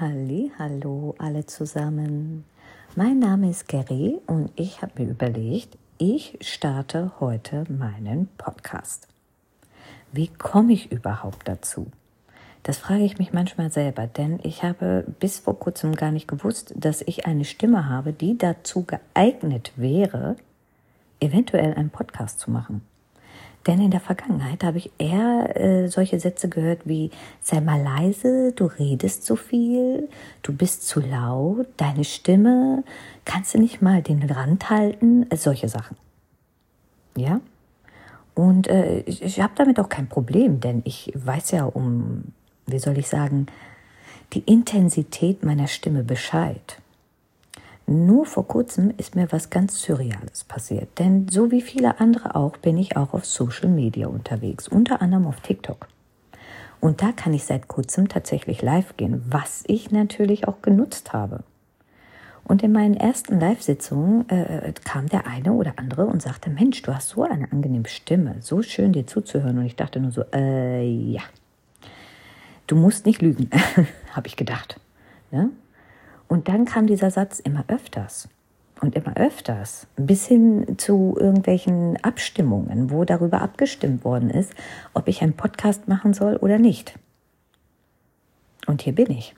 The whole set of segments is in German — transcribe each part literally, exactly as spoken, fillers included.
Halli, hallo alle zusammen. Mein Name ist Geri und ich habe mir überlegt, ich starte heute meinen Podcast. Wie komme ich überhaupt dazu? Das frage ich mich manchmal selber, denn ich habe bis vor kurzem gar nicht gewusst, dass ich eine Stimme habe, die dazu geeignet wäre, eventuell einen Podcast zu machen. Denn in der Vergangenheit habe ich eher äh, solche Sätze gehört wie: sei mal leise, du redest zu viel, du bist zu laut, deine Stimme, kannst du nicht mal den Rand halten, äh, solche Sachen. Ja? Und äh, ich, ich habe damit auch kein Problem, denn ich weiß ja um, wie soll ich sagen, die Intensität meiner Stimme Bescheid. Nur vor kurzem ist mir was ganz Surreales passiert, denn so wie viele andere auch, bin ich auch auf Social Media unterwegs, unter anderem auf TikTok. Und da kann ich seit kurzem tatsächlich live gehen, was ich natürlich auch genutzt habe. Und in meinen ersten Live-Sitzungen äh, kam der eine oder andere und sagte: Mensch, du hast so eine angenehme Stimme, so schön dir zuzuhören. Und ich dachte nur so, äh, ja, du musst nicht lügen, habe ich gedacht, ja? Und dann kam dieser Satz immer öfters und immer öfters, bis hin zu irgendwelchen Abstimmungen, wo darüber abgestimmt worden ist, ob ich einen Podcast machen soll oder nicht. Und hier bin ich.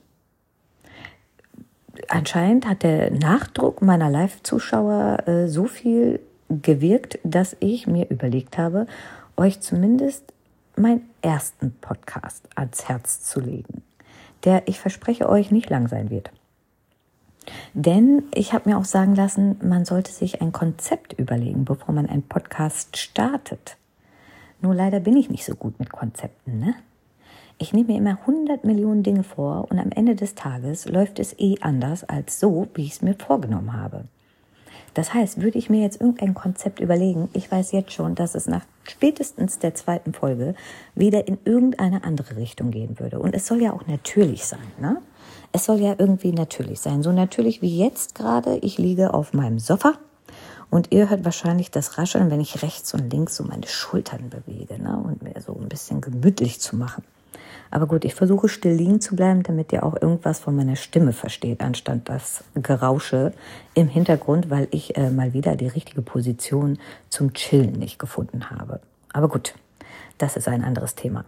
Anscheinend hat der Nachdruck meiner Live-Zuschauer äh, so viel gewirkt, dass ich mir überlegt habe, euch zumindest meinen ersten Podcast ans Herz zu legen, der, ich verspreche euch, nicht lang sein wird. Denn ich habe mir auch sagen lassen, man sollte sich ein Konzept überlegen, bevor man einen Podcast startet. Nur leider bin ich nicht so gut mit Konzepten, ne? Ich nehme mir immer hundert Millionen Dinge vor und am Ende des Tages läuft es eh anders als so, wie ich es mir vorgenommen habe. Das heißt, würde ich mir jetzt irgendein Konzept überlegen, ich weiß jetzt schon, dass es nach spätestens der zweiten Folge wieder in irgendeine andere Richtung gehen würde. Und es soll ja auch natürlich sein, ne? Es soll ja irgendwie natürlich sein. So natürlich wie jetzt gerade. Ich liege auf meinem Sofa und ihr hört wahrscheinlich das Rascheln, wenn ich rechts und links so meine Schultern bewege, ne? Und mir so ein bisschen gemütlich zu machen. Aber gut, ich versuche still liegen zu bleiben, damit ihr auch irgendwas von meiner Stimme versteht, anstatt das Gerausche im Hintergrund, weil ich äh, mal wieder die richtige Position zum Chillen nicht gefunden habe. Aber gut, das ist ein anderes Thema.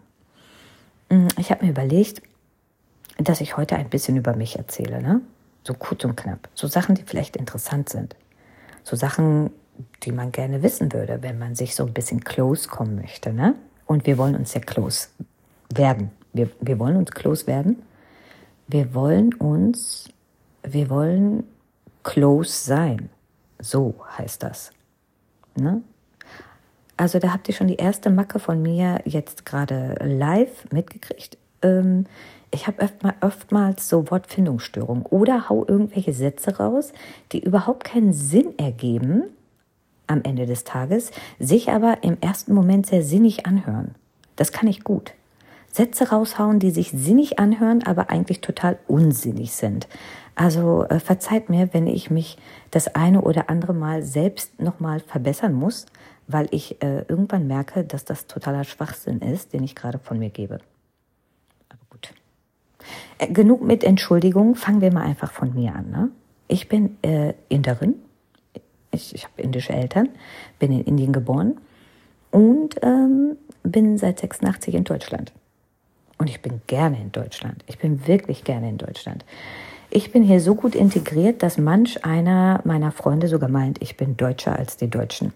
Ich habe mir überlegt, dass ich heute ein bisschen über mich erzähle, ne? So kurz und knapp. So Sachen, die vielleicht interessant sind. So Sachen, die man gerne wissen würde, wenn man sich so ein bisschen close kommen möchte, ne? Und wir wollen uns ja close werden. Wir, wir wollen uns close werden. Wir wollen uns, wir wollen close sein. So heißt das, ne? Also da habt ihr schon die erste Macke von mir jetzt gerade live mitgekriegt. Ähm, Ich habe oftmal, oftmals so Wortfindungsstörungen oder hau irgendwelche Sätze raus, die überhaupt keinen Sinn ergeben am Ende des Tages, sich aber im ersten Moment sehr sinnig anhören. Das kann ich gut. Sätze raushauen, die sich sinnig anhören, aber eigentlich total unsinnig sind. Also äh, verzeiht mir, wenn ich mich das eine oder andere Mal selbst nochmal verbessern muss, weil ich äh, irgendwann merke, dass das totaler Schwachsinn ist, den ich gerade von mir gebe. Aber gut. Äh, genug mit Entschuldigung, fangen wir mal einfach von mir an. Ne? Ich bin äh, Inderin, ich, ich habe indische Eltern, bin in Indien geboren und ähm, bin seit sechsundachtzig in Deutschland. Und ich bin gerne in Deutschland. Ich bin wirklich gerne in Deutschland. Ich bin hier so gut integriert, dass manch einer meiner Freunde sogar meint, ich bin deutscher als die Deutschen.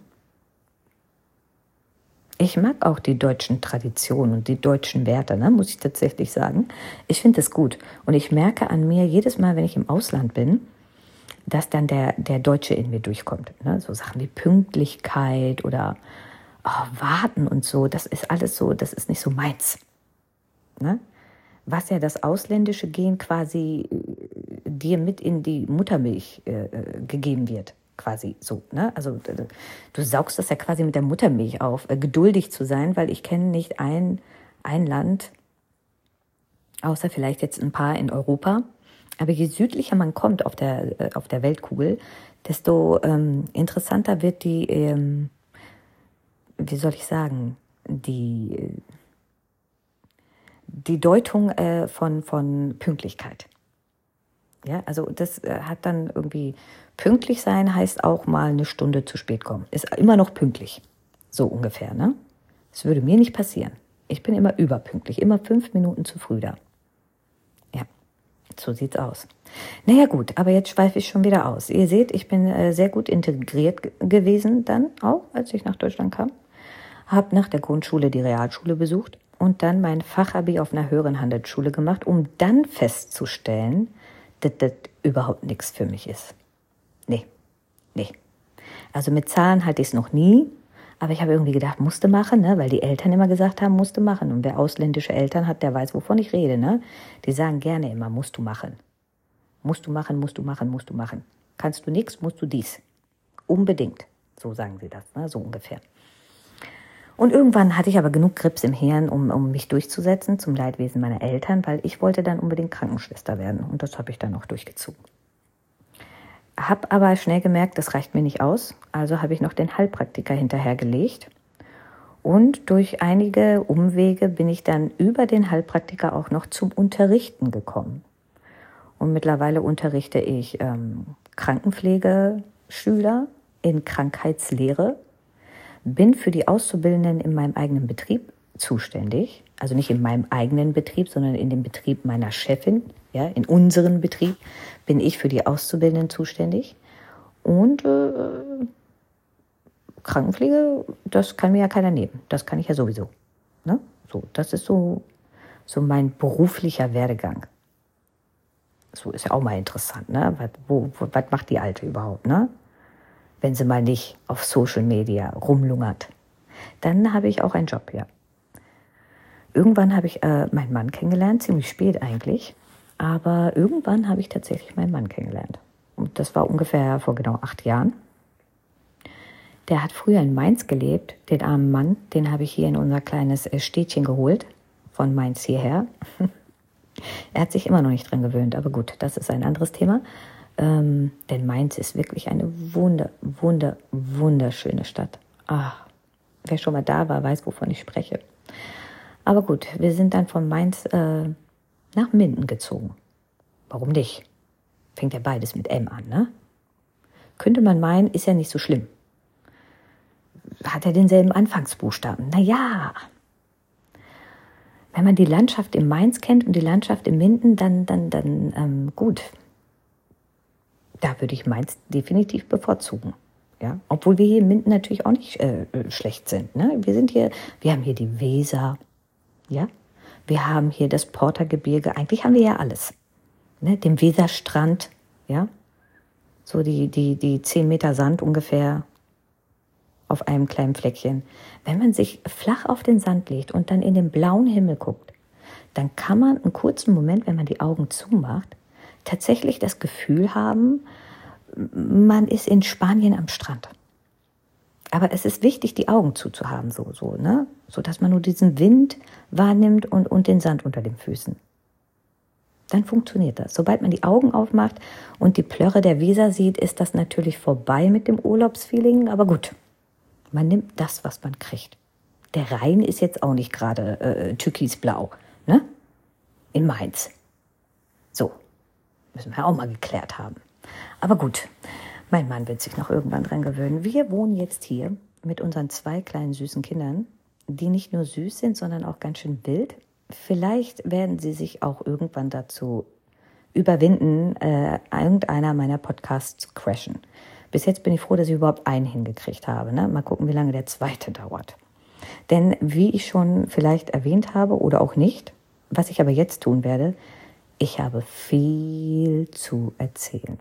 Ich mag auch die deutschen Traditionen und die deutschen Werte, ne, muss ich tatsächlich sagen. Ich finde es gut. Und ich merke an mir jedes Mal, wenn ich im Ausland bin, dass dann der, der Deutsche in mir durchkommt. Ne? So Sachen wie Pünktlichkeit oder oh, Warten und so. Das ist alles so, das ist nicht so meins. Ne? Was ja das ausländische Gen quasi dir mit in die Muttermilch äh, gegeben wird. Quasi so, ne? Also du saugst das ja quasi mit der Muttermilch auf, äh, geduldig zu sein, weil ich kenne nicht ein, ein Land, außer vielleicht jetzt ein paar in Europa, aber je südlicher man kommt auf der, äh, auf der Weltkugel, desto ähm, interessanter wird die, ähm, wie soll ich sagen, die, die Deutung äh, von, von Pünktlichkeit. Ja, also das äh, hat dann irgendwie pünktlich sein, heißt auch mal eine Stunde zu spät kommen. Ist immer noch pünktlich, so ungefähr, ne? Das würde mir nicht passieren. Ich bin immer überpünktlich, immer fünf Minuten zu früh da. Ja, so sieht's aus. Naja gut, aber jetzt schweife ich schon wieder aus. Ihr seht, ich bin äh, sehr gut integriert g- gewesen dann auch, als ich nach Deutschland kam. Habe nach der Grundschule die Realschule besucht und dann mein Fachabi auf einer höheren Handelsschule gemacht, um dann festzustellen, dass das überhaupt nichts für mich ist. Nee, nee. Also mit Zahlen hatte ich es noch nie, aber ich habe irgendwie gedacht, musste machen, ne? Weil die Eltern immer gesagt haben, musste machen. Und wer ausländische Eltern hat, der weiß, wovon ich rede. Ne? Die sagen gerne immer, musst du machen. Musst du machen, musst du machen, musst du machen. Kannst du nichts, musst du dies. Unbedingt. So sagen sie das, ne? So ungefähr. Und irgendwann hatte ich aber genug Grips im Hirn, um, um mich durchzusetzen zum Leidwesen meiner Eltern, weil ich wollte dann unbedingt Krankenschwester werden. Und das habe ich dann auch durchgezogen. Hab aber schnell gemerkt, das reicht mir nicht aus. Also habe ich noch den Heilpraktiker hinterhergelegt. Und durch einige Umwege bin ich dann über den Heilpraktiker auch noch zum Unterrichten gekommen. Und mittlerweile unterrichte ich ähm, Krankenpflegeschüler in Krankheitslehre, bin für die Auszubildenden in meinem eigenen Betrieb zuständig. Also nicht in meinem eigenen Betrieb, sondern in dem Betrieb meiner Chefin. Ja, in unserem Betrieb bin ich für die Auszubildenden zuständig. Und äh, Krankenpflege, das kann mir ja keiner nehmen. Das kann ich ja sowieso. Ne? So, das ist so, so mein beruflicher Werdegang. So ist ja auch mal interessant, ne? Was, wo, wo, was macht die Alte überhaupt, ne? Wenn sie mal nicht auf Social Media rumlungert. Dann habe ich auch einen Job, ja. Irgendwann habe ich äh, meinen Mann kennengelernt, ziemlich spät eigentlich. Aber irgendwann habe ich tatsächlich meinen Mann kennengelernt. Und das war ungefähr vor genau acht Jahren. Der hat früher in Mainz gelebt, den armen Mann. Den habe ich hier in unser kleines Städtchen geholt, von Mainz hierher. Er hat sich immer noch nicht dran gewöhnt, aber gut, das ist ein anderes Thema. Ähm, denn Mainz ist wirklich eine wunder, wunder, wunderschöne Stadt. Ach, wer schon mal da war, weiß, wovon ich spreche. Aber gut, wir sind dann von Mainz äh, nach Minden gezogen. Warum nicht? Fängt ja beides mit M an, ne? Könnte man meinen, ist ja nicht so schlimm. Hat er denselben Anfangsbuchstaben? Naja, wenn man die Landschaft in Mainz kennt und die Landschaft in Minden, dann, dann, dann, ähm, gut. Da würde ich Mainz definitiv bevorzugen. Ja? Obwohl wir hier in Minden natürlich auch nicht äh, schlecht sind. Ne? Wir sind hier, wir haben hier die Weser, ja? Wir haben hier das Portergebirge, eigentlich haben wir ja alles. Ne? Den Weserstrand, ja? So die, die, die zehn Meter Sand ungefähr auf einem kleinen Fleckchen. Wenn man sich flach auf den Sand legt und dann in den blauen Himmel guckt, dann kann man einen kurzen Moment, wenn man die Augen zumacht, tatsächlich das Gefühl haben, man ist in Spanien am Strand. Aber es ist wichtig, die Augen zuzuhaben, so, so, ne? So dass man nur diesen Wind wahrnimmt und, und den Sand unter den Füßen. Dann funktioniert das. Sobald man die Augen aufmacht und die Plörre der Weser sieht, ist das natürlich vorbei mit dem Urlaubsfeeling. Aber gut, man nimmt das, was man kriegt. Der Rhein ist jetzt auch nicht gerade äh, türkisblau, ne? In Mainz. So, müssen wir auch mal geklärt haben. Aber gut, mein Mann wird sich noch irgendwann dran gewöhnen. Wir wohnen jetzt hier mit unseren zwei kleinen süßen Kindern, die nicht nur süß sind, sondern auch ganz schön wild. Vielleicht werden sie sich auch irgendwann dazu überwinden, äh, irgendeiner meiner Podcasts zu crashen. Bis jetzt bin ich froh, dass ich überhaupt einen hingekriegt habe. Ne? Mal gucken, wie lange der zweite dauert. Denn wie ich schon vielleicht erwähnt habe oder auch nicht, was ich aber jetzt tun werde, ich habe viel zu erzählen.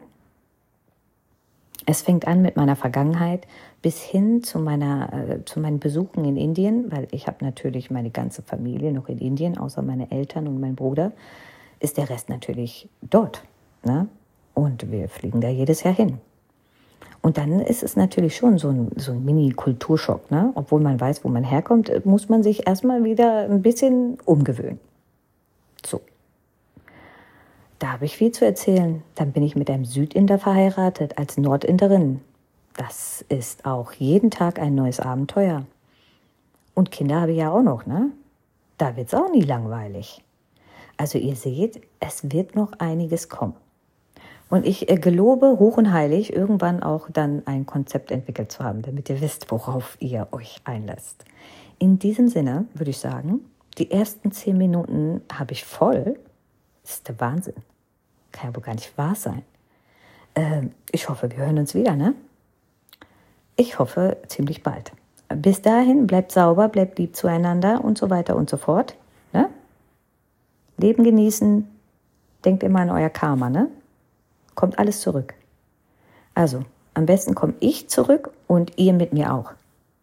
Es fängt an mit meiner Vergangenheit bis hin zu, meiner, äh, zu meinen Besuchen in Indien, weil ich habe natürlich meine ganze Familie noch in Indien, außer meine Eltern und mein Bruder, ist der Rest natürlich dort. Ne? Und wir fliegen da jedes Jahr hin. Und dann ist es natürlich schon so ein, so ein Mini-Kulturschock. Ne? Obwohl man weiß, wo man herkommt, muss man sich erstmal wieder ein bisschen umgewöhnen. So. Da habe ich viel zu erzählen. Dann bin ich mit einem Südinder verheiratet, als Nordinderin. Das ist auch jeden Tag ein neues Abenteuer. Und Kinder habe ich ja auch noch, ne? Da wird's auch nie langweilig. Also ihr seht, es wird noch einiges kommen. Und ich äh, gelobe hoch und heilig, irgendwann auch dann ein Konzept entwickelt zu haben, damit ihr wisst, worauf ihr euch einlässt. In diesem Sinne würde ich sagen, die ersten zehn Minuten habe ich voll. Das ist der Wahnsinn. Kann ja wohl gar nicht wahr sein. Ähm, ich hoffe, wir hören uns wieder, ne? Ich hoffe, ziemlich bald. Bis dahin, bleibt sauber, bleibt lieb zueinander und so weiter und so fort. Ne? Leben genießen, denkt immer an euer Karma, ne? Kommt alles zurück. Also, am besten komme ich zurück und ihr mit mir auch.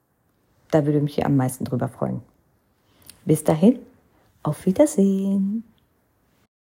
Da würde ich mich am meisten drüber freuen. Bis dahin, auf Wiedersehen.